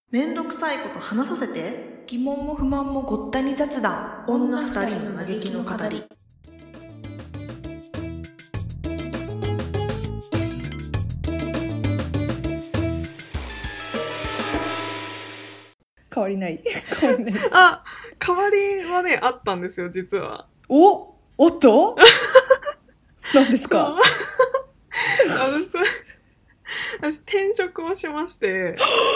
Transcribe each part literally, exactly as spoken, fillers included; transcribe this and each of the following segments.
めんどくさいこと話させて。 疑問も不満もごったに雑談。 女二人の嘆きの語り。 変わりない変わりないです。 あ、変わりはね、あったんですよ、実は。 おおっと何ですか？ 私、私転職をしまして。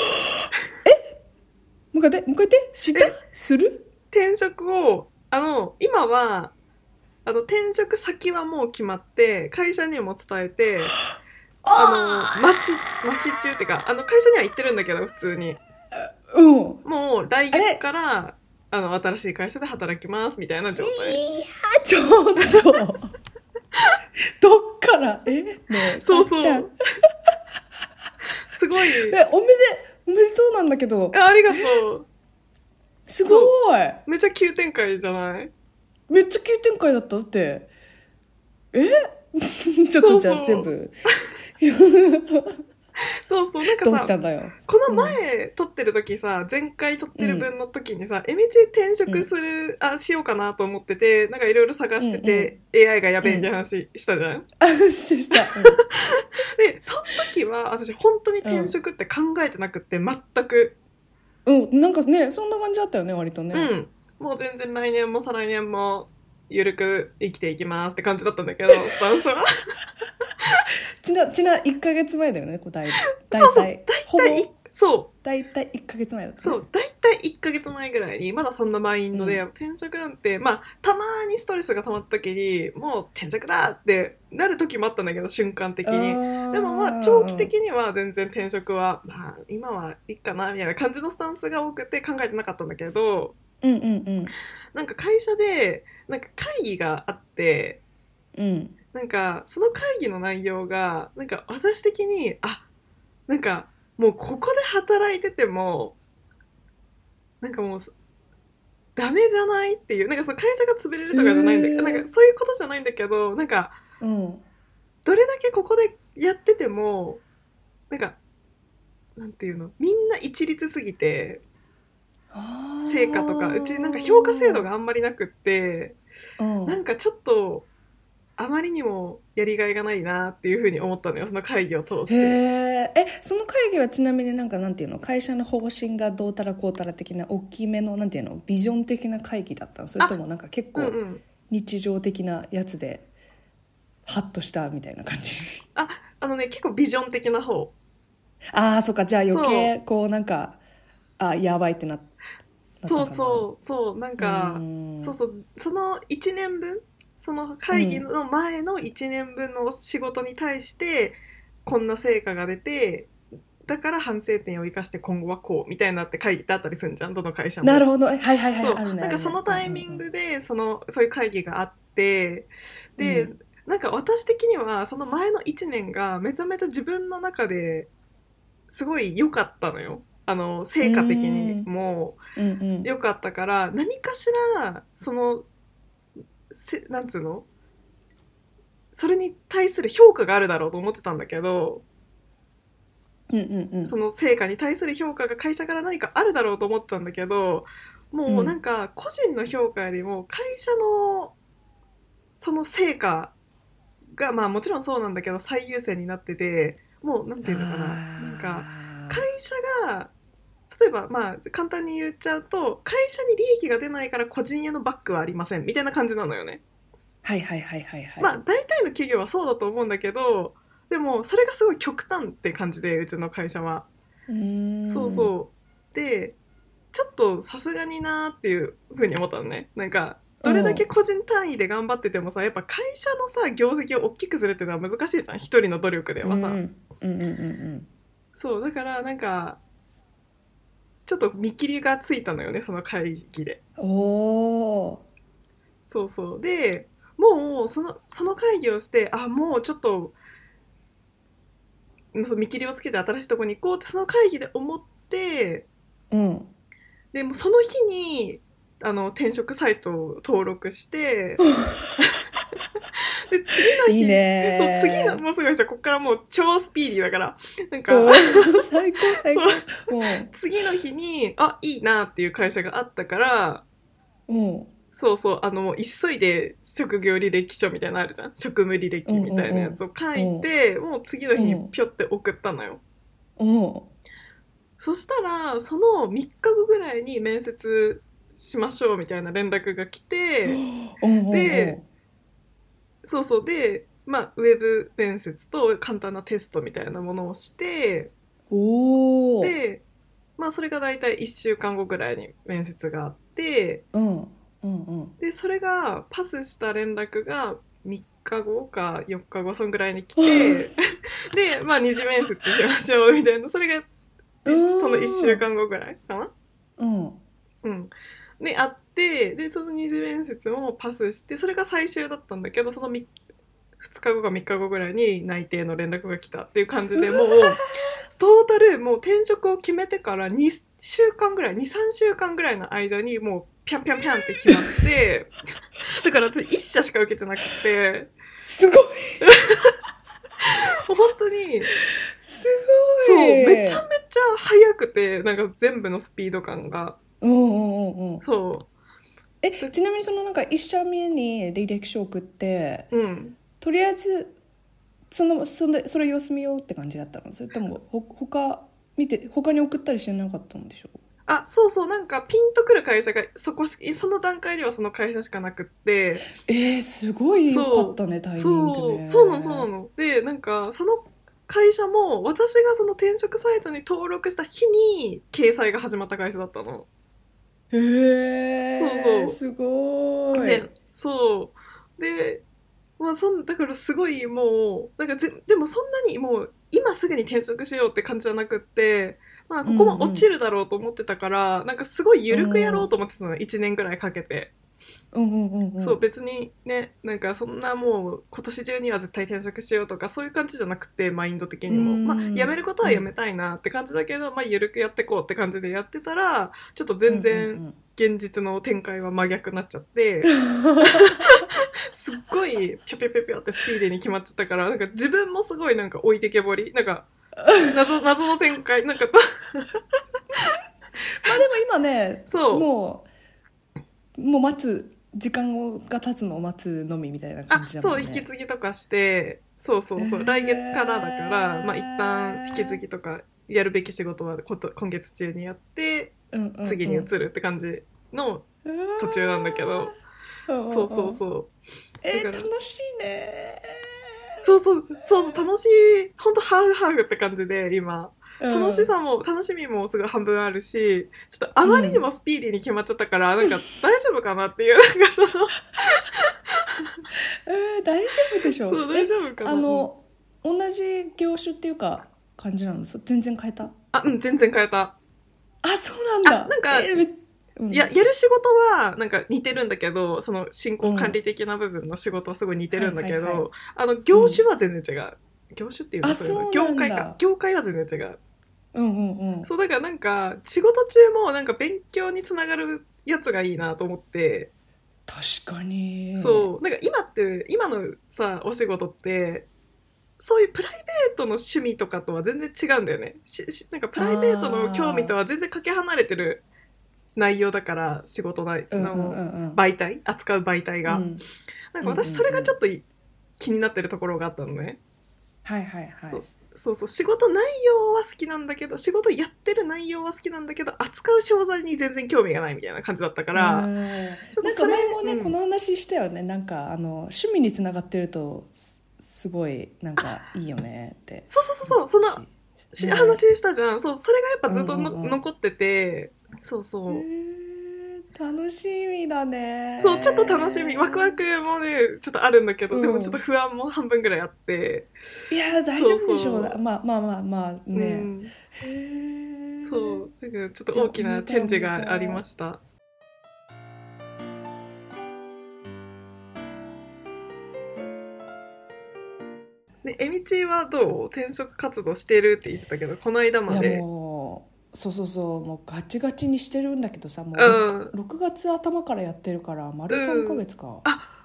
もう一回で、もう一回言って。したする転職を、あの、今は、あの、転職先はもう決まって、会社にも伝えて、あの、待ち、待ち中ってか、あの、会社には行ってるんだけど、普通に。 うん。 もう来月から、あの、新しい会社で働きます、みたいな状態。 いや、ちょっと。どっからえねえ、 そうそう。 ちゃんすごい。 え、おめで、おめでとうなんだけど。 ありがとう。 すごい。 めっちゃ急展開じゃない？ めっちゃ急展開だった。だって。えちょっとじゃあ全部。 そうそう、なんかさ、 どうしたんだよ。 この前撮ってる時さ、前回撮ってる分の時にさ、えみち転職する、あ、しようかなと思ってて、なんかいろいろ探してて、エーアイ がやべえみたいな話したじゃん。 あ、した。 で、その時は私本当に転職って考えてなくって、全く。 うん、なんかね、そんな感じだったよね、割とね。 うん。もう全然来年も再来年もゆるく生きていきますって感じだったんだけど、スタンスは。 ちな、ちな、いっかげつまえだよね、だいたい。そうそう、 ほぼそう。 だいたいいっかげつまえだった、ね。 そう、だいたいいっかげつまえぐらいに、まだそんなマインドで、うん、転職なんて、まあ、たまにストレスが溜まった時に、もう転職だってなる時もあったんだけど、瞬間的に。でもまあ、長期的には全然転職は、まあ、今はいいかな、みたいな感じのスタンスが多くて考えてなかったんだけど、 うんうんうん。 なんか会社で、なんか会議があって、 うん。 なんか、その会議の内容が、なんか私的に、あ、なんか、もうここで働いてても、なんかもう、ダメじゃないっていう、なんかその会社が潰れるとかじゃないんだけど、なんかそういうことじゃないんだけど、なんか、 うん、 どれだけここでやってても、なんか、なんていうの、みんな一律すぎて、成果とか、うちなんか評価制度があんまりなくって、うん、なんかちょっと、あまりにもやりがいがないなっていうふうに思ったのよ、その会議を通して。 へえ、その会議はちなみになんかなんていうの、会社の方針がどうたらこうたら的な大きめのなんていうの、ビジョン的な会議だったの？それともなんか結構日常的なやつでハッとしたみたいな感じ？ あ、あのね、結構ビジョン的な方。 ああ、そっか、じゃあ余計こうなんか、あ、やばいってなった。 そうそうそう、なんか、そうそう、そのいちねんぶん、その会議の前のいちねんぶんの仕事に対してこんな成果が出て、だから反省点を生かして今後はこうみたいなって会議ってあったりするじゃん、どの会社も。 なるほど、はいはいはい、 そう、あるね。なんかそのタイミングでそのそういう会議があって、で、うん、なんか私的にはその前のいちねんがめちゃめちゃ自分の中ですごい良かったのよ。あの成果的にも良かったから、何かしらそのせなんつうの、それに対する評価があるだろうと思ってたんだけど、 うんうんうん、 その成果に対する評価が会社から何かあるだろうと思ってたんだけど、もうなんか個人の評価よりも会社のその成果が、まあもちろんそうなんだけど最優先になってて、もうなんていうのかな、なんか会社が例えばまあ簡単に言っちゃうと、会社に利益が出ないから個人へのバックはありませんみたいな感じなのよね。 はいはいはいはいはい。 まあ大体の企業はそうだと思うんだけど、でもそれがすごい極端って感じで、うちの会社は。 うーん、 そうそうで、ちょっとさすがになーっていう風に思ったのね。なんかどれだけ個人単位で頑張っててもさ、やっぱ会社のさ業績を大きくするっていうのは難しいじゃん、一人の努力ではさ。うんうんうんうん。そうだからなんかちょっと見切りがついたのよね、その会議で。 おー。 そうそうで、もうそのその会議をして、あ、もうちょっと見切りをつけて新しいところに行こうってその会議で思って、 うん、 でもその日にあの転職サイトを登録してで次の日いいねそう次のもうすごいさこっからもう超スピーディーだからなんかおー最高最高。も次の日にあいいなっていう会社があったからうもそうそうあのもう急いで職業履歴書みたいなのあるじゃん職務履歴みたいなやつを書いて、もう次の日にピョって送ったのよ。 うもそしたらそのみっかごぐらいに面接しましょうみたいな連絡が来てううんうんうんでそうそうでまあウェブ面接と簡単なテストみたいなものをしておーでまあそれが大体いっしゅうかんごぐらいに面接があってうんうんうんでそれがパスした連絡がみっかごかよっかごそんぐらいに来てでまあ二次面接しましょうみたいなそれがうんそのいっしゅうかんごぐらいかなうんうんであってでその二次面接もパスしてそれが最終だったんだけどそのみふつかごかみっかごぐらいに内定の連絡が来たっていう感じでもうトータルもう転職を決めてからにしゅうかんぐらいにさんしゅうかんぐらいの間にもうピャンピャンピャンって決まってだから私いっ社しか受けてなくてすごいもう本当にすそうごいめちゃめちゃ早くてなんか全部のスピード感がうんうんうんうんそえちなみにそのなんか一社目に履歴書送ってううんとりあえずそのそれそれ様子見ようって感じだったのそれともほ他見て他に送ったりしてなかったんでしょあそうそうなんかピンとくる会社がそこしその段階ではその会社しかなくってえー、すごい良かったねタイミングねそうそうなのそうなのでなんかその会社も私がその転職サイトに登録した日に掲載が始まった会社だったの。 へえそうそうすごいでそうでまあそんだからすごいもうなんかぜでもそんなにもう今すぐに転職しようって感じじゃなくってまあここも落ちるだろうと思ってたから、うんうん、なんかすごい緩くやろうと思ってたの、うん、いちねんぐらいかけて。 うんうんうんうん、 そう別にねなんかそんなもう今年中には絶対転職しようとかそういう感じじゃなくてマインド的にも、まあ、辞めることは辞めたいなって感じだけど、まあ、緩くやってこうって感じでやってたらちょっと全然現実の展開は真逆になっちゃってすっごいピョピョピョピョってスピーディーに決まっちゃったからなんか自分もすごいなんか置いてけぼりなんか謎, 謎の展開なんかとまあでも今ねそうもうもう待つ時間が経つのを待つのみみたいな感じだもんね。 あそう引き継ぎとかしてそうそうそう、えー、来月からだから、まあ、一旦引き継ぎとかやるべき仕事はこと今月中にやって、うんうんうん、次に移るって感じの途中なんだけど、うんうん、そうそうそうえー、楽しいねそうそうそうそう楽しい本当ハーフハーフって感じで今楽しさも楽しみもすごい半分あるしちょっとあまりにもスピーディーに決まっちゃったから、うん、なんか大丈夫かなっていうなんかそのえー、大丈夫でしょそう大丈夫かなあの同じ業種っていうか感じなの全然変えたあうん全然変えたあそうなんだあなんか、えーうん、や, やる仕事はなんか似てるんだけどその進行管理的な部分の仕事はすごい似てるんだけど、うんはいはいはい、あの業種は全然違う、うん業種っていうのあそうなんだ業界か業界は全然違う、 うんうんうん、 そうだからなんか仕事中もなんか勉強につながるやつがいいなと思って確かにそうなんか今って今のさお仕事ってそういうプライベートの趣味とかとは全然違うんだよねししなんかプライベートの興味とは全然かけ離れてる内容だから仕事の媒体、うんうんうん、扱う媒体が、うん、なんか私それがちょっと気になってるところがあったのね、 はいはいはいそうそうそう仕事内容は好きなんだけど仕事やってる内容は好きなんだけど扱う商材に全然興味がないみたいな感じだったからちょっとなんか前もね、うん、この話したよねなんかあの趣味につながってるとすごいなんかいいよねってそうそうそうそうその、ね、話したじゃんそうそれがやっぱずっとの、うんうんうん、残っててそうそう楽しみだねそうちょっと楽しみワクワクもねちょっとあるんだけど、うん、でもちょっと不安も半分ぐらいあっていや大丈夫でしょうまあまあまあまあね、うん、 へそうだからちょっと大きなチェンジがありましたでえみちはどう転職活動してるって言ってたけどこの間までいやもうそうそうそうもうガチガチにしてるんだけどさもう 6,、うん、ろくがつ頭からやってるから丸さんかげつか、 うん、あ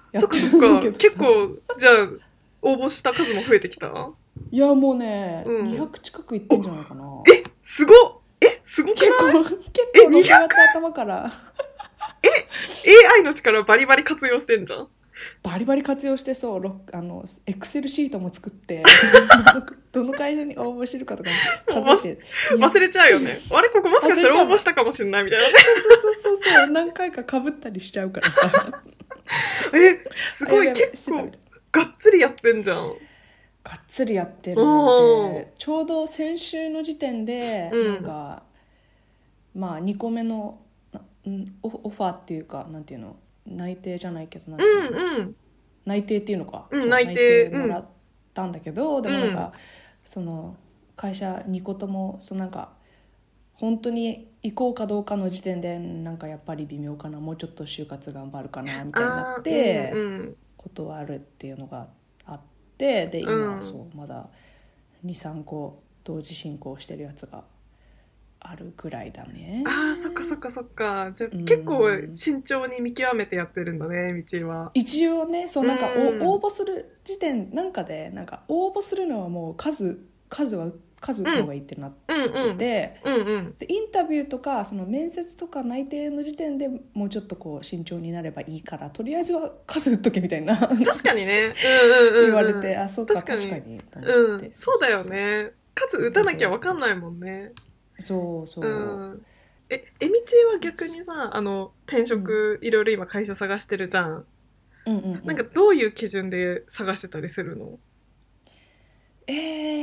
やっそっかそっかてるんだけどさ結構じゃあ応募した数も増えてきた？ いやもうね、 うんにひゃく近くいってんじゃないかな。 えすごっえすごくない？ 結構結え構ろくがつ頭からエーアイ の力バリバリ活用してんじゃん。 バリバリ活用してそうろあのエクセルシートも作ってどの会社に応募してるかとか数えて忘れちゃうよね。あれここもしかしたら応募したかもしれないみたいなね。 そうそうそうそう何回か被ったりしちゃうからさえすごいやべやべ結構がっつりやってんじゃん。 がっつりやってるおーでちょうど先週の時点で、 うんなんかまあにこめのなうんオフオファーっていうかなんていうの内定じゃないけどなんてういうの、 んうん内定っていうのか、 うんそう内定もらったんだけど、でもなんか、 うんその会社にこともそのなんか本当に行こうかどうかの時点でなんかやっぱり微妙かな、もうちょっと就活頑張るかなみたいになってあーうんうん断るっていうのがあってで今、 うんそうまだにさんこ同時進行してるやつがあるぐらいだね。 あーそっかそっかそっか。じゃあうん結構慎重に見極めてやってるんだねみちえは。 一応ねそうなんかうんお応募する時点なんかでなんか応募するのはもう数数は数打った方がいいってなっうんうんてて、 うんうんでインタビューとかその面接とか内定の時点でもうちょっとこう慎重になればいいからとりあえずは数打っとけみたいな確かにね。うんうんうんうん言われて、あそうか確かに確かにと思って、 うんそうだよね。数打たなきゃわかんないもんね。 そうそう、 うんええみちえは逆にさあの転職いろいろ今会社探してるじゃん。 うんうんうん、 なんかどういう基準で探してたりするの？ え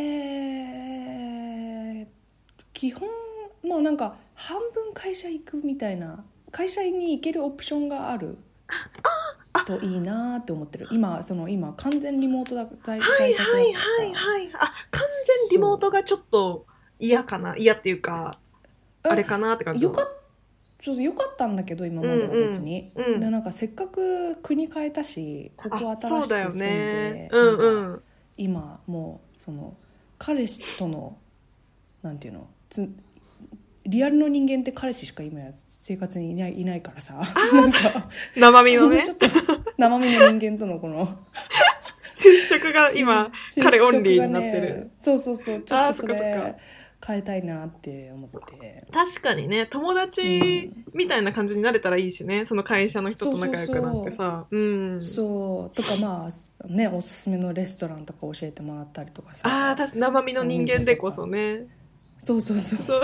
ー、基本もうなんか半分会社行くみたいな、会社に行けるオプションがあるといいなって思ってる。今その今完全リモートだ在はい在宅だはいからさはいはい。あ完全リモートがちょっと嫌かな嫌っていうかあれかなって感じ。 よかっちょっとよかったんだけど今までは別に、 うんうんうんでなんかせっかく国変えたしここあ新しそうだよく住んで、 ね。うんなんかうん。 今もうその彼氏とのなんていうのつリアルの人間って彼氏しか今や生活にいない、いないからさなんか生身のねちょっと生身の人間とのこの接触が今彼オンリーになって接触がるね。そうそうそうちょっとそあーそっかそっれか変えたいなって思って確かにね友達みたいな感じになれたらいいしね、その会社の人と仲良くなってさ。うんそうとかまあねおすすめのレストランとか教えてもらったりとかさああ確かに生身の人間でこそね。 そうそうそうそう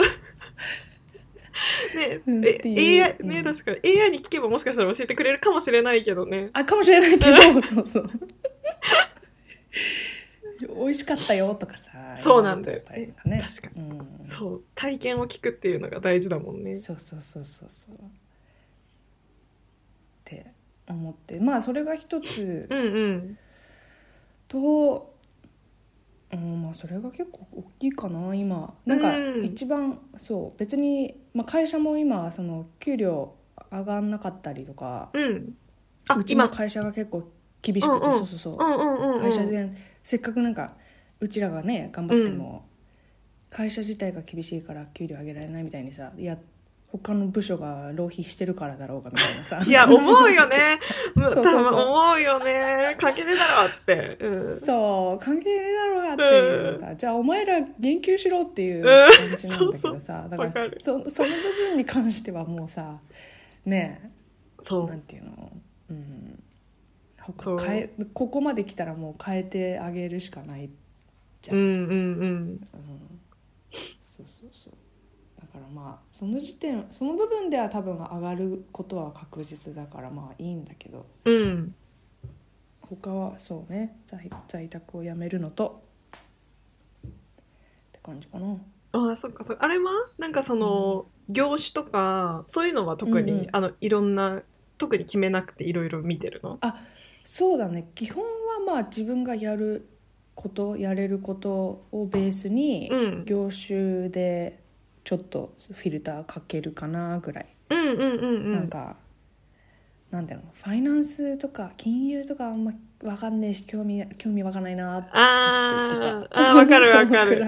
ねうんえっていうエーアイ ね、 うん確かに エーアイ に聞けばもしかしたら教えてくれるかもしれないけどね。 あかもしれないけどそうそう美味しかったよとかさそうなんだよやっぱりね確かに、 うん、 そう体験を聞くっていうのが大事だもんね。 そうそうそうそうそうって思ってまあそれが一つうんうんと、うん、まあそれが結構大きいかな今なんかうん一番、そう別に、まあ、会社も今その給料上がんなかったりとかうんあうちの今会社が結構厳しくて、 うんうんそうそうそう、 うんうんうんうん会社でせっかくなんかうちらがね頑張っても、会社自体が厳しいから給料上げられないみたいにさ、いや他の部署が浪費してるからだろうがみたいなさいや思うよねそうそうそう多分思うよね関係ねえだろって、うん、 そう関係ねえだろうがっていうさ、じゃあお前ら言及しろっていううん感じなんだけどさ、 そうそうだからわかるそその部分に関してはもうさねそえなんていうの、うん、 そう他変えここまで来たらもう変えてあげるしかないじゃん、 うんうんうんうんそうそうそうだからまあその時点その部分では多分上がることは確実だからまあいいんだけど、 うん他はそうね 在, 在宅をやめるのとって感じかな。 ああそっかそっか。あれはなんかその、業種とかそういうのは特に、 うんうんあのいろんな特に決めなくていろいろ見てるの？ そうだね基本はまあ自分がやることやれることをベースに、 うん業種でちょっとフィルターかけるかなぐらい、 うんうんうんうんなんかなんだろうファイナンスとか金融とかあんま分かんねえし興味興味湧かないなスキップとかあーあーわかるわかる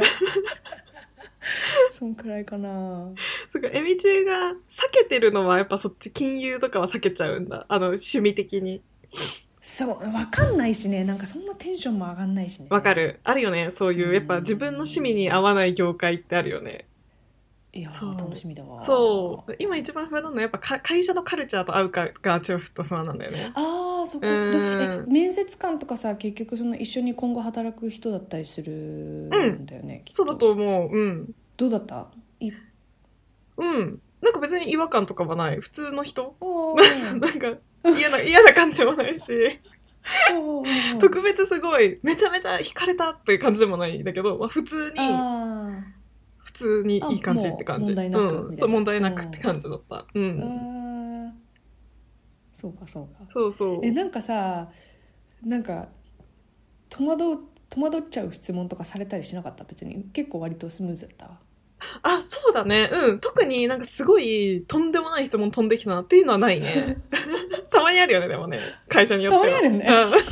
そんくらいそんくらいかな。 そっかエミチュが避けてるのはやっぱそっち金融とかは避けちゃうんだ、あの趣味的に。 そう分かんないしね、なんかそんなテンションも上がんないしね。 わかる。あるよね。そういう、やっぱ自分の趣味に合わない業界ってあるよね。 いやそうー楽しみだわ。 そう。今一番不安なのはやっぱか会社のカルチャーと合うかがちょっと不安なんだよね。 ああそこうでーんえ面接官とかさ結局その一緒に今後働く人だったりするんだよね、きっそうだと思う。うん。 どうだったいうん。なんか別に違和感とかはない。普通の人おーなんか嫌な、嫌な感じもないし、 おーおー特別すごい、めちゃめちゃ惹かれたっていう感じでもないんだけど、まあ、普通に、 あ普通にいい感じって感じ。 あもう問題なくみたいうん。 なそう、問題なくって感じだった。う。 ーうんーそうかそうか。 そうそう。 えなんかさなんか戸惑う戸惑っちゃう質問とかされたりしなかった？別に結構割とスムーズだった？ あ、そうだね。うん。特になんかすごいとんでもない質問飛んできたなっていうのはないね。たまにあるよね、でもね。会社によっては。 たまにあるねうん。なんか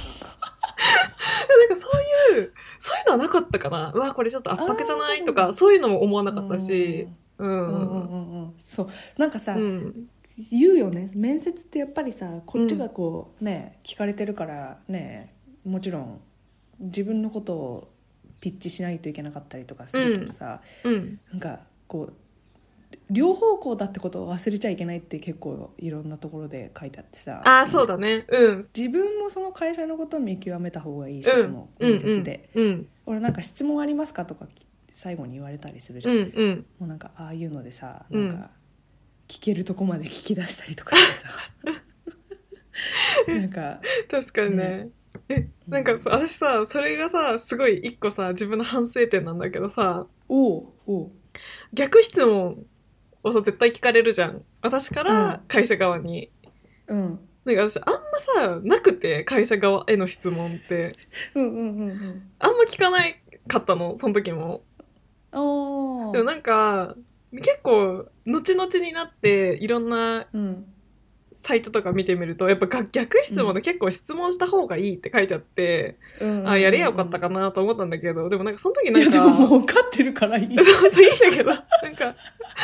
そういう、そういうのはなかったかな。うわ、これちょっと圧迫じゃないとか、そういうのも思わなかったし。う。 うんうんうんんうんそうなんかさ、 うん。 言うよね、面接ってやっぱりさこっちがこうね聞かれてるからね、もちろん自分のことをピッチしないといけなかったりとかするけどさ、 うん。 なんかこう両方向だってことを忘れちゃいけないって結構いろんなところで書いてあってさ、 ああ、そうだね。うん。 自分もその会社のことを見極めた方がいいし、 うんその面接で、 うんうん俺なんか質問ありますかとか最後に言われたりするじうゃん、 んうんもうなんかああいうのでさうんなんか聞けるとこまで聞き出したりとかしてさなんか確かにね。え、なんかさ、私さ、それがさ、すごい一個さ、自分の反省点なんだけどさ、 おうおう逆質問をさ、絶対聞かれるじゃん。私かうんら会社側に。 うんなんか私、あんまさ、なくて、会社側への質問って。 うんうんうんうんあんま聞かないかったの、その時も。 おーでもなんか、結構、後々になって、いろんなうんサイトとか見てみると、やっぱが逆質問で結構質問した方がいいって書いてあって、 うんあ、やればよかったかなと思ったんだけど、でもなんかその時いなんか、 やでももう分かってるからいいそうそういいんだけど、なんか、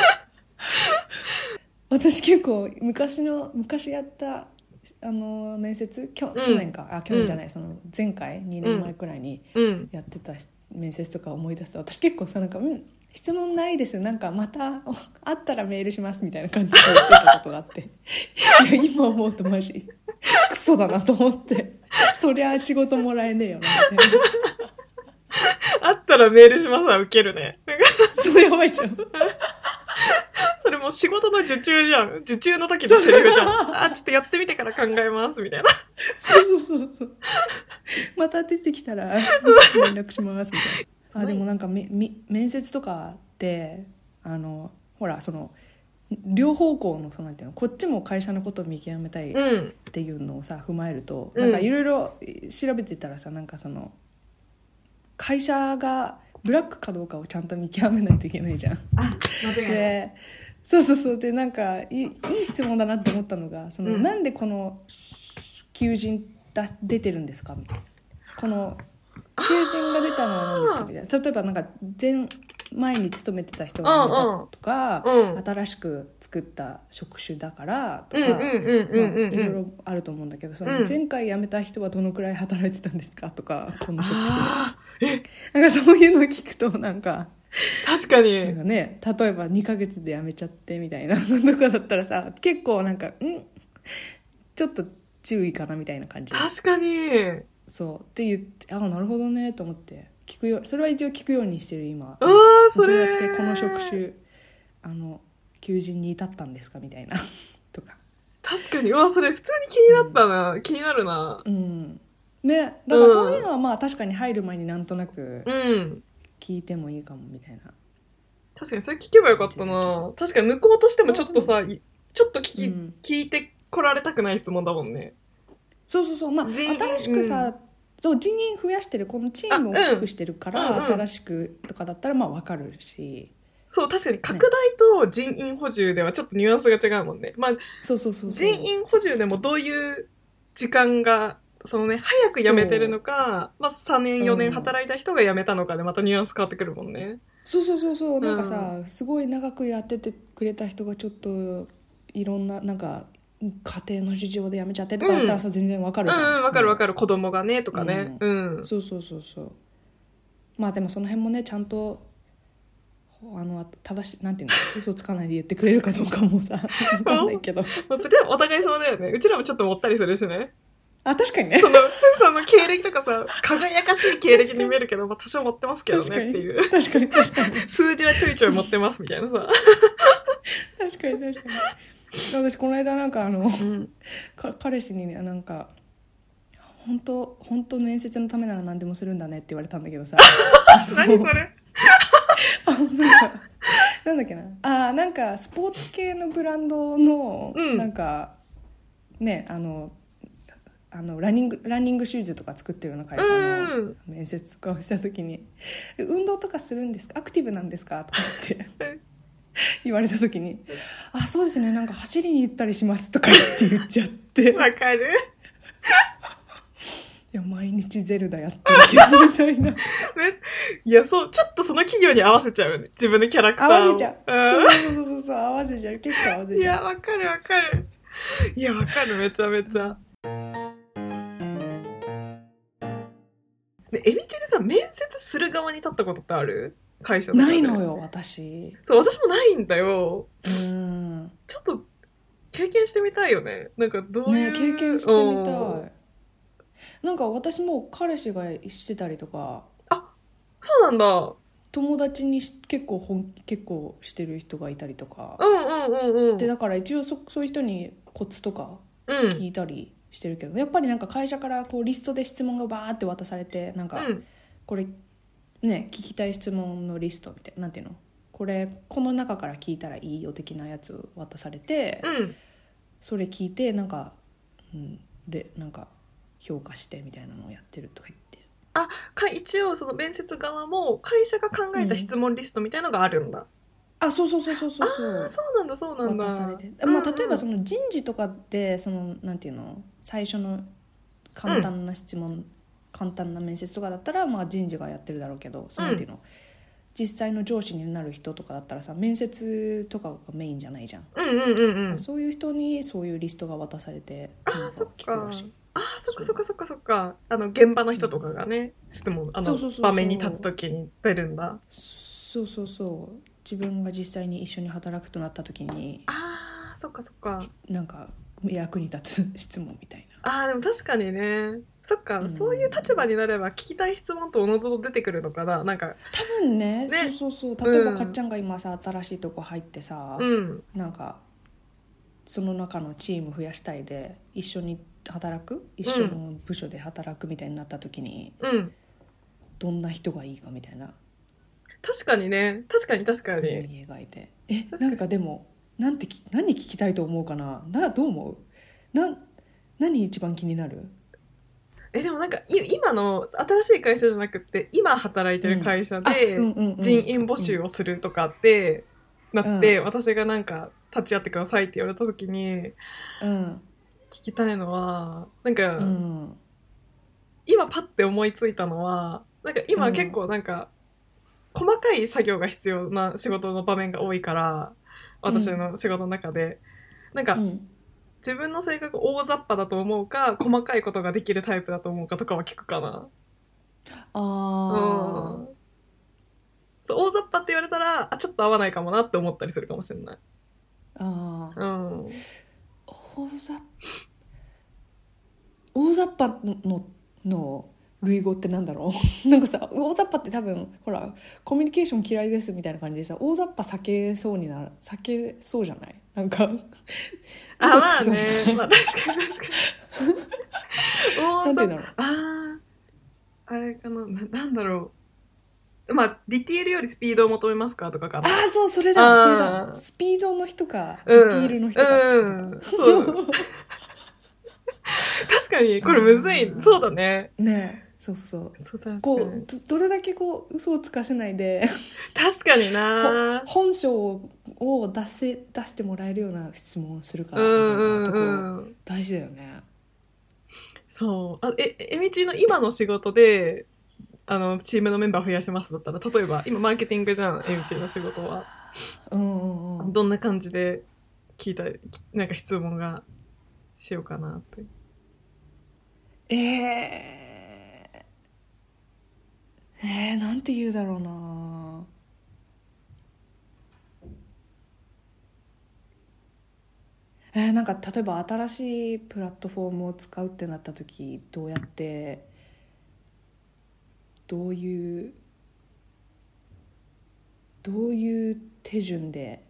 私結構昔の昔やったあの面接きょうん去年か、あ去年じゃない、その前回にねんまえくらいにうん。 やってた面接とか思い出すと私結構さなんか「うん質問ないですなんかまたおあったらメールします」みたいな感じで言ってたことがあっていや今思うとマジクソだなと思ってそりゃ仕事もらえねえよなみたいなあったらメールしますはウケるね。なんかそれやばいじゃんそれもう仕事の受注じゃん。受注の時のセリフじゃん。あ、ちょっとやってみてから考えますみたいな。 そうそうそうそうまた出てきたら連絡しますみたいな。あでもなんかめみ面接とかってあのほらその両方向のそのなんていうのこっちも会社のことを見極めたいっうん。 ていうのをさ踏まえると、 うんなんかいろいろ調べてたらさなんかその会社がブラックかどうかをちゃんと見極めないといけないじゃん。 あ、間違いない。 でそうそうそうでなんかいいいい質問だなって思ったのがその、 うん、 なんでこの求人だ出てるんですかみたいなこの求人が出たのは何ですかみたいな例えばなんか前前に勤めてた人が辞めたとか、 うんうん、 新しく作った職種だからとかいろいろあると思うんだけどその前回辞めた人はどのくらい働いてたんですかとかこの職種でなんかそういうのを聞くとなんか確かになんかね、例えばにかげつで辞めちゃってみたいなのとかだったらさ結構なんかんちょっと注意かなみたいな感じ確かにそうって言ってああなるほどねと思って聞くよそれは一応聞くようにしてる今あそれどうやってこの職種あの求人に至ったんですかみたいなとか確かにうわそれ普通に気になったな、うん、気になるなうんねだからそういうのはまあ確かに入る前になんとなくうん聞いてもいいかもみたいな、 確かにそれ聞けばよかったな確かに向こうとしてもちょっとさちょっと聞き、うん、聞いてこられたくない質問だもんねそうそうそうまあ新しくさ、うん、そう人員増やしてるこのチームを大きくしてるから、うん、新しくとかだったらまあ分かるしそう確かに拡大と人員補充ではちょっとニュアンスが違うもんねまあそうそうそうそう人員補充でもどういう時間がそのね早く辞めてるのか、まあ、さんねんよねん働いた人が辞めたのかでまたニュアンス変わってくるもんねそうそうそうそうなんかさ、うん、すごい長くやっててくれた人がちょっといろんななんか家庭の事情で辞めちゃってとかだったらさ、うん、全然わかるじゃん。 うんうん、わかるわかる、子供がねとかね、うん、うん、 そうそうそうそう。まあでもその辺もねちゃんとあの正しなんていうの嘘つかないで言ってくれるかどうかもさ分かんないけどでもお互い様だよね。うちらもちょっともったりするしね。 あ、確かにね。 そのその経歴とかさ輝かしい経歴に見えるけど、まあ、多少持ってますけどねっていう。 確かに確かに数字はちょいちょい持ってますみたいなさ確かに確かに。私この間なんかあの、うん、か彼氏にねなんか本当本当面接のためなら何でもするんだねって言われたんだけどさ何それあなんかなんだっけなあなんかスポーツ系のブランドの、うん、なんかねあのあのランニングランニングシューズとか作ってるような会社の面接とかをした時に、うん、運動とかするんですかアクティブなんですかとか言って言われた時にあそうですねなんか走りに行ったりしますとか言って言っちゃってわかるいや毎日ゼルダやってるけどみたいないやそうちょっとその企業に合わせちゃうね自分のキャラクターを合わせちゃう、うん、そうそうそうそう合わせちゃう結構合わせちゃう。 いやわかるわかるいやわかるめちゃめちゃ。でエミチでさ面接する側に立ったことってある？会社とかで。 ないのよ私。 そう私もないんだよ。 うんちょっと経験してみたいよね。なんかどういう、 ね、経験してみたい。なんか私も彼氏がしてたりとか。 あそうなんだ。 友達に結構本結構してる人がいたりとか。 うんうんうんうん。 でだから一応 そ, そういう人にコツとか聞いたりしてるけど、うん、やっぱりなんか会社からこうリストで質問がバーって渡されてなんかこれね聞きたい質問のリストみたいななんていうのこれこの中から聞いたらいいよ的なやつ渡されて、 うん、 それ聞いてなんか、うん、でなんか評価してみたいなのをやってるとか言って。 あか一応その面接側も会社が考えた質問リストみたいのがあるんだ、うん、 あそうそうそうそうそうあそうなんだそうなんだ渡されて、まあ、例えばその人事とかでそのなんていうの最初の簡単な質問、うん、簡単な面接とかだったら、まあ、人事がやってるだろうけどそのなんていうの、うん、実際の上司になる人とかだったらさ面接とかがメインじゃないじゃん、 うんうんうんうん、 そういう人にそういうリストが渡されてあそっかあそっかそっかそっかそっかあの現場の人とかがね、うん、質問あの場面に立つ時に出るんだそうそうそう自分が実際に一緒に働くとなった時にあそっかそっかなんか役に立つ質問みたいなあでも確かにねそっか、うん、そういう立場になれば聞きたい質問とおのずと出てくるのかななんか多分 ね, ねそうそうそう例えば、うん、かっちゃんが今さ新しいとこ入ってさ、 うん、 なんかその中のチーム増やしたいで一緒に働く一緒の部署で働くみたいになった時に、 うん、 どんな人がいいかみたいな確かにね確かに確かに描いてえなんかでもなんて何聞きたいと思うかななどう思うな何一番気になるえでもなんか今の新しい会社じゃなくて今働いてる会社で人員募集をするとかってなって、うん、私がなんか立ち会ってくださいって言われた時に、 うん、 聞きたいのはなんか、 うん、 今パッて思いついたのはなんか今結構なんか、うん、細かい作業が必要な仕事の場面が多いから私の仕事の中で、うん、なんか、うん自分の性格大雑把だと思うか細かいことができるタイプだと思うかとかは聞くかなあ、 うん、そう大雑把って言われたらあちょっと合わないかもなって思ったりするかもしれないあ、 うん、 大雑大雑把のの類語ってなんだろうなんかさ大雑把って多分ほらコミュニケーション嫌いですみたいな感じでさ大雑把避けそうになる避けそうじゃないなんかあまあねまあ確かに確かになんていうんだろうああれかな な, なんだろうまあディティールよりスピードを求めますかとかかなああそうそれだそれだスピードの人か、うん、ディティールの人か、 うんうん、そう確かにこれむずい、うん、そうだねねえそうそうそうこう ど, どれだけこう嘘をつかせないで確かにな本性を出せ出してもらえるような質問をするからみたいなところ大事だよね。 そうあええみちの今の仕事であのチームのメンバー増やしますだったら例えば今マーケティングじゃんえみちの仕事は、 うんうんうん、 どんな感じで聞いたなんか質問がしようかなって。 えー、えー、なんて言うだろうな。えー、なんか例えば新しいプラットフォームを使うってなった時どうやってどういうどういう手順で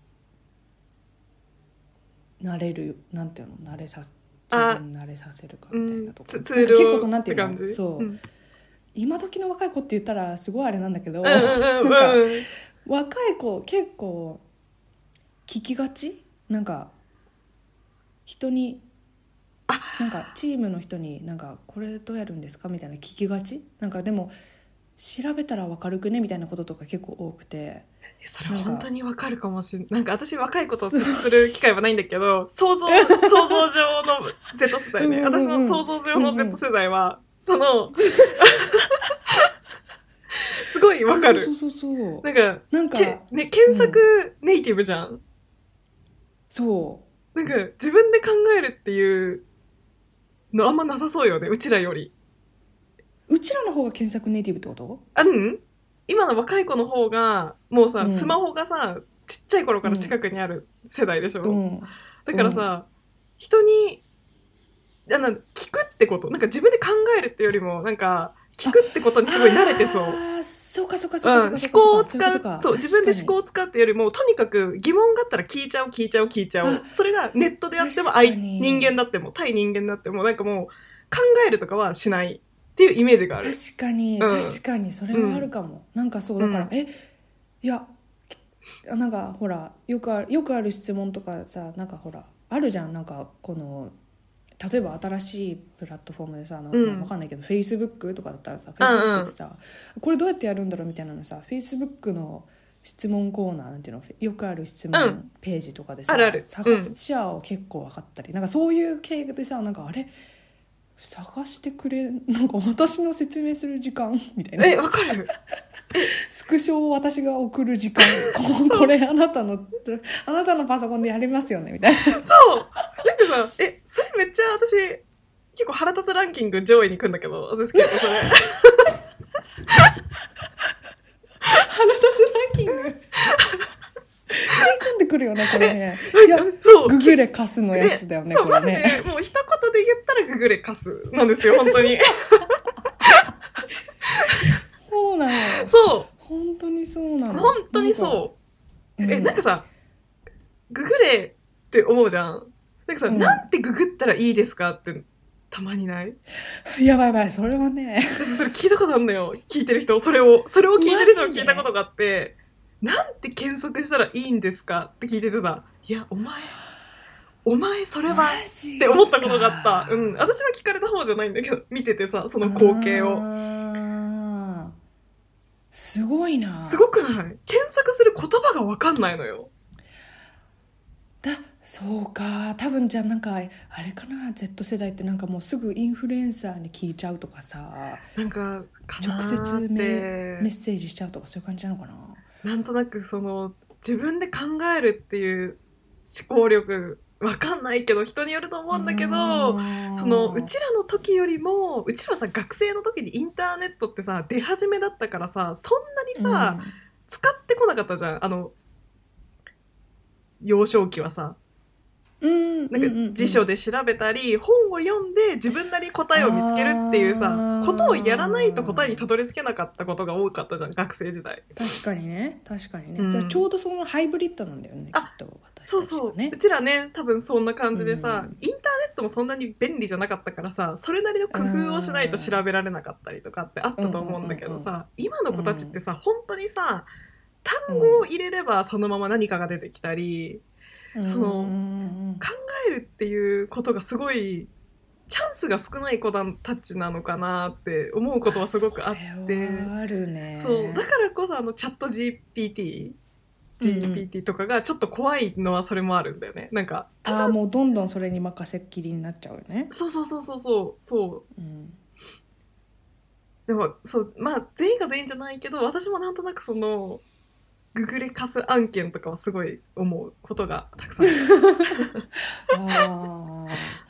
慣れるなんていうの慣れさ自分慣れさせるかみたいなとこ、 うん、ツなんか結構そをのなんていうのって感じ。 そう、 うん今時の若い子って言ったらすごいあれなんだけど、 うんうんうんなんかうん若い子結構聞きがちなんか人になんかチームの人になんかこれどうやるんですかみたいな聞きがちなんかでも調べたら分かるくねみたいなこととか結構多くてそれ本当にわかるかもしれない。なんか私若いことを接する機会はないんだけど想像想像上の Z 世代ね、 うんうんうん私の想像上の Z 世代はそのすごいわかる。 そうそうそうそうなんかなんかけ、ね、検索ネイティブじゃん、 そうなんか自分で考えるっていうのあんまなさそうよね、うちらより。 うちらの方が検索ネイティブってこと？ あん今の若い子の方がもうさ、 うんスマホがさちっちゃい頃から近くにある世代でしょ、 うんだからさ、人にあの聞くってことなんか自分で考えるってよりもなんか聞くってことにすごい慣れてそう。 あーそうかそうかうそうかん、 そうか思考を使うそういうことかそう自分で思考確を使うってよりもとにかく疑問があったら聞いちゃおう聞いちゃおう聞いちゃおう。 あそれがネットであっても確か相に人間だっても対人間だってもなんかもう考えるとかはしないっていうイメージがある。 確かに、 うん確かにそれはあるかも、なんかそうだから、 うんえいやあなんかほらよくあるよくある質問とかさなんかほらあるじゃんなんかこの例えば新しいプラットフォームでさ、なんかうんわかんないけど Facebook とかだったらさ、 うんうん Facebook ってさこれどうやってやるんだろうみたいなのさ Facebook の質問コーナーなんていうのよくある質う問ページとかでさ、 あるある探しちゃう結構分かったり、なんかそういう系でさなんかあれ探してくれなんか私の説明する時間みたいなえわかるスクショを私が送る時間ここれあなたのあなたのパソコンでやりますよねみたいなそうなんかさえそれめっちゃ私結構腹立つランキング上位に来るんだけど私結構それ腹立つランキング食い込んでくるよねこれねいやそうググレカスのやつだよねそうマジこれねでもう一言で言ったらググレカスなんですよ本当にそうなのそう本当にそうなの本当にそうなんかえなんかさググれって思うじゃんなんかさ、 うんなんてググったらいいですかってたまにないうんやばいやばいそれはね私それ聞いたことあるのよ聞いてる人それをそれを聞いてる人を聞いたことがあってなんて検索したらいいんですかって聞いててさいやお前お前それはって思ったことがあった。うん。私は聞かれた方じゃないんだけど、見ててさ、その光景を。 あすごいな。 すごくない？検索する言葉が分かんないのよ。 だそうか多分じゃあなんかあれかな Z 世代ってなんかもうすぐインフルエンサーに聞いちゃうとかさなんかかな直接ーってメメッセージしちゃうとかそういう感じなのかな。 なんとなくその自分で考えるっていう思考力わかんないけど人によると思うんだけどそのうちらの時よりもうちらさ学生の時にインターネットってさ出始めだったからさそんなにさ、うん、使ってこなかったじゃんあの幼少期はさ、 うん、 なんか辞書で調べたり、うん、本を読んで自分なりに答えを見つけるっていうさことをやらないと答えにたどり着けなかったことが多かったじゃん学生時代。 確かにね確かにね、 うん、 ちょうどそのハイブリッドなんだよねきっと私たちがね。 そうそううちらね多分そんな感じでさ、うん、インターネットもそんなに便利じゃなかったからさそれなりの工夫をしないと調べられなかったりとかってあったと思うんだけどさ今の子たちってさ本当にさ単語を入れればそのまま何かが出てきたり、うん、その、うん、考えるっていうことがすごいチャンスが少ない子たちなのかなって思うことはすごくあってあるね。 そうだからこそあのチャット ジーピーティージーピーティー とかがちょっと怖いのはそれもあるんだよね。なんかああもうどんどんそれに任せっきりになっちゃうよね。 そうそうそうそうそうそう、 うん、 でもそうまあ全員が全員じゃないけど私もなんとなくそのググレカス案件とかはすごい思うことがたくさんあるあ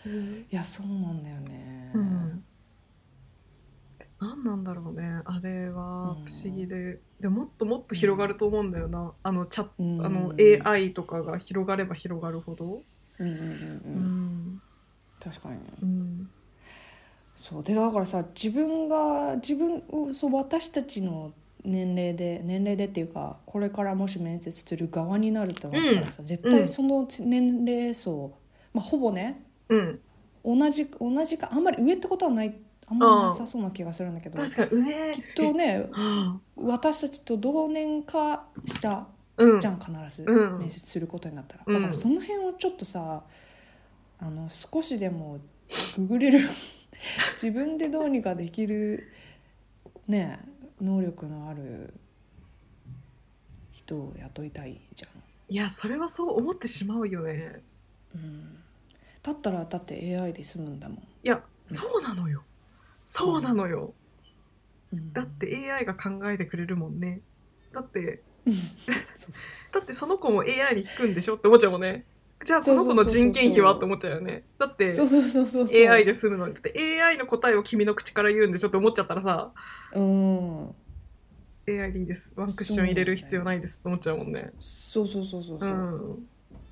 うんいやそうなんだよね、 うん何なんだろうねあれは不思議で、でもっともっと広がると思うんだよな、あのチャッうんあの エーアイ とかが広がれば広がるほど。 うんうんうんううんん確かにね、 うんそうでだからさ自分が自分をそう私たちの年齢で年齢でっていうかこれからもし面接する側になると思ったらさ、絶対その年齢層、まあ、ほぼねうん同じ同じかあんまり上ってことはないあんまりなさそうな気がするんだけど、 確かに上きっとねはあ私たちと同年か下うんじゃん必ずうん面接することになったら、 うんだからその辺をちょっとさあの少しでもググれる自分でどうにかできるね能力のある人を雇いたいじゃいやそれはそう思ってしまうよね。 ん、うん、だったらだって エーアイ で済むんだもん、 いやそうなのよそうなのよ、 うん、 だって エーアイ が考えてくれるもんね。だってそうそうだってその子も エーアイ に引くんでしょって思っちゃうもんね。じゃあこの子の人件費はって思っちゃうよね。だってそうそうそうそうそうエーアイ で済むのにだって エーアイ の答えを君の口から言うんでしょって思っちゃったらさうんエーアイ でいいですワンクッション入れる必要ないですって思っちゃうもんね。 そうそうそうそうそうう、 ん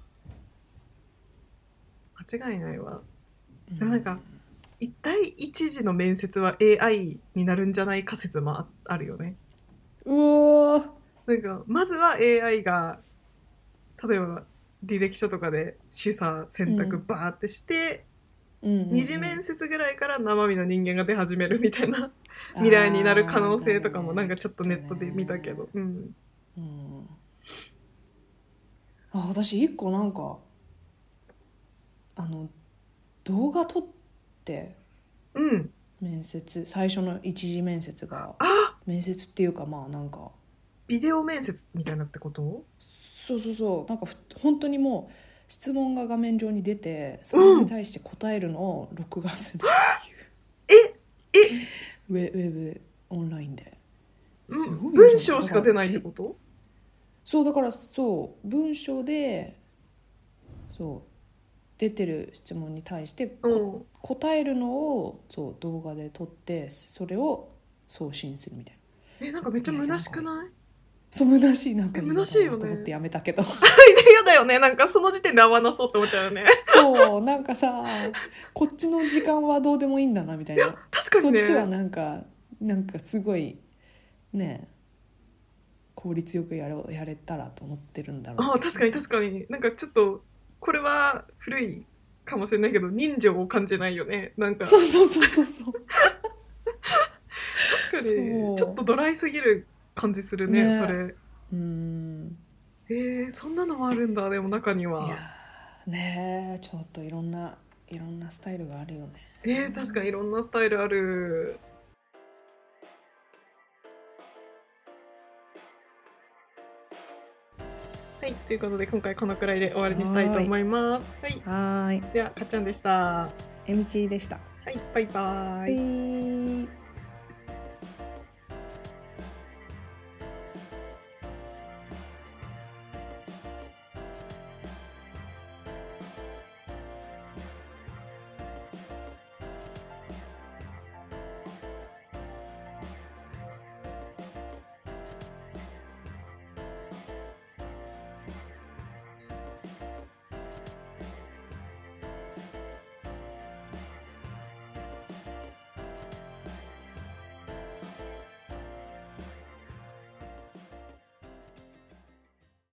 間違いないわ。 うんでもなんか一対一時の面接は エーアイ になるんじゃないか説も あ, あるよね。 うおーなんかまずは エーアイ が例えば履歴書とかで取捨選択バーってして、 うんうんうん、 二次面接ぐらいから生身の人間が出始めるみたいな未来になる可能性とかもなんかちょっとネットで見たけど、うんうん、あ私一個なんかあの動画撮ってうん面接最初の一次面接があ面接っていうかまあなんかビデオ面接みたいなってこと？ そうそうそうなんかふ本当にもう質問が画面上に出てそれに対して答えるのを録画するっていう、 ええウェウェブオンラインですごい文章しか出ないってこと？ そうだからそう文章でそう出てる質問に対してこ答えるのをそう動画で撮ってそれを送信するみたいな。 えなんかめっちゃ虚しくない？ そう虚しいなんかいいのか虚しいよねなと思ってやめたけど嫌だよねなんかその時点で合わなそうって思っちゃうよね。 そうなんかさこっちの時間はどうでもいいんだなみたいな。 いや確かにねそっちはなんかなんかすごいね効率よくやれやれたらと思ってるんだろうけど。 あ確かに確かになんかちょっとこれは古いかもしれないけど人情を感じないよねなんかそうそうそうそうそう確かにそうちょっとドライすぎる感じするねねそれ。 うーんえー、そんなのもあるんだでも中にはいやーねえちょっといろんないろんなスタイルがあるよね。 えー、確かにいろんなスタイルある。はいということで今回このくらいで終わりにしたいと思います。はい、 はーいではかっちゃんでした。はエムシー でした。 いバイバイ。 はい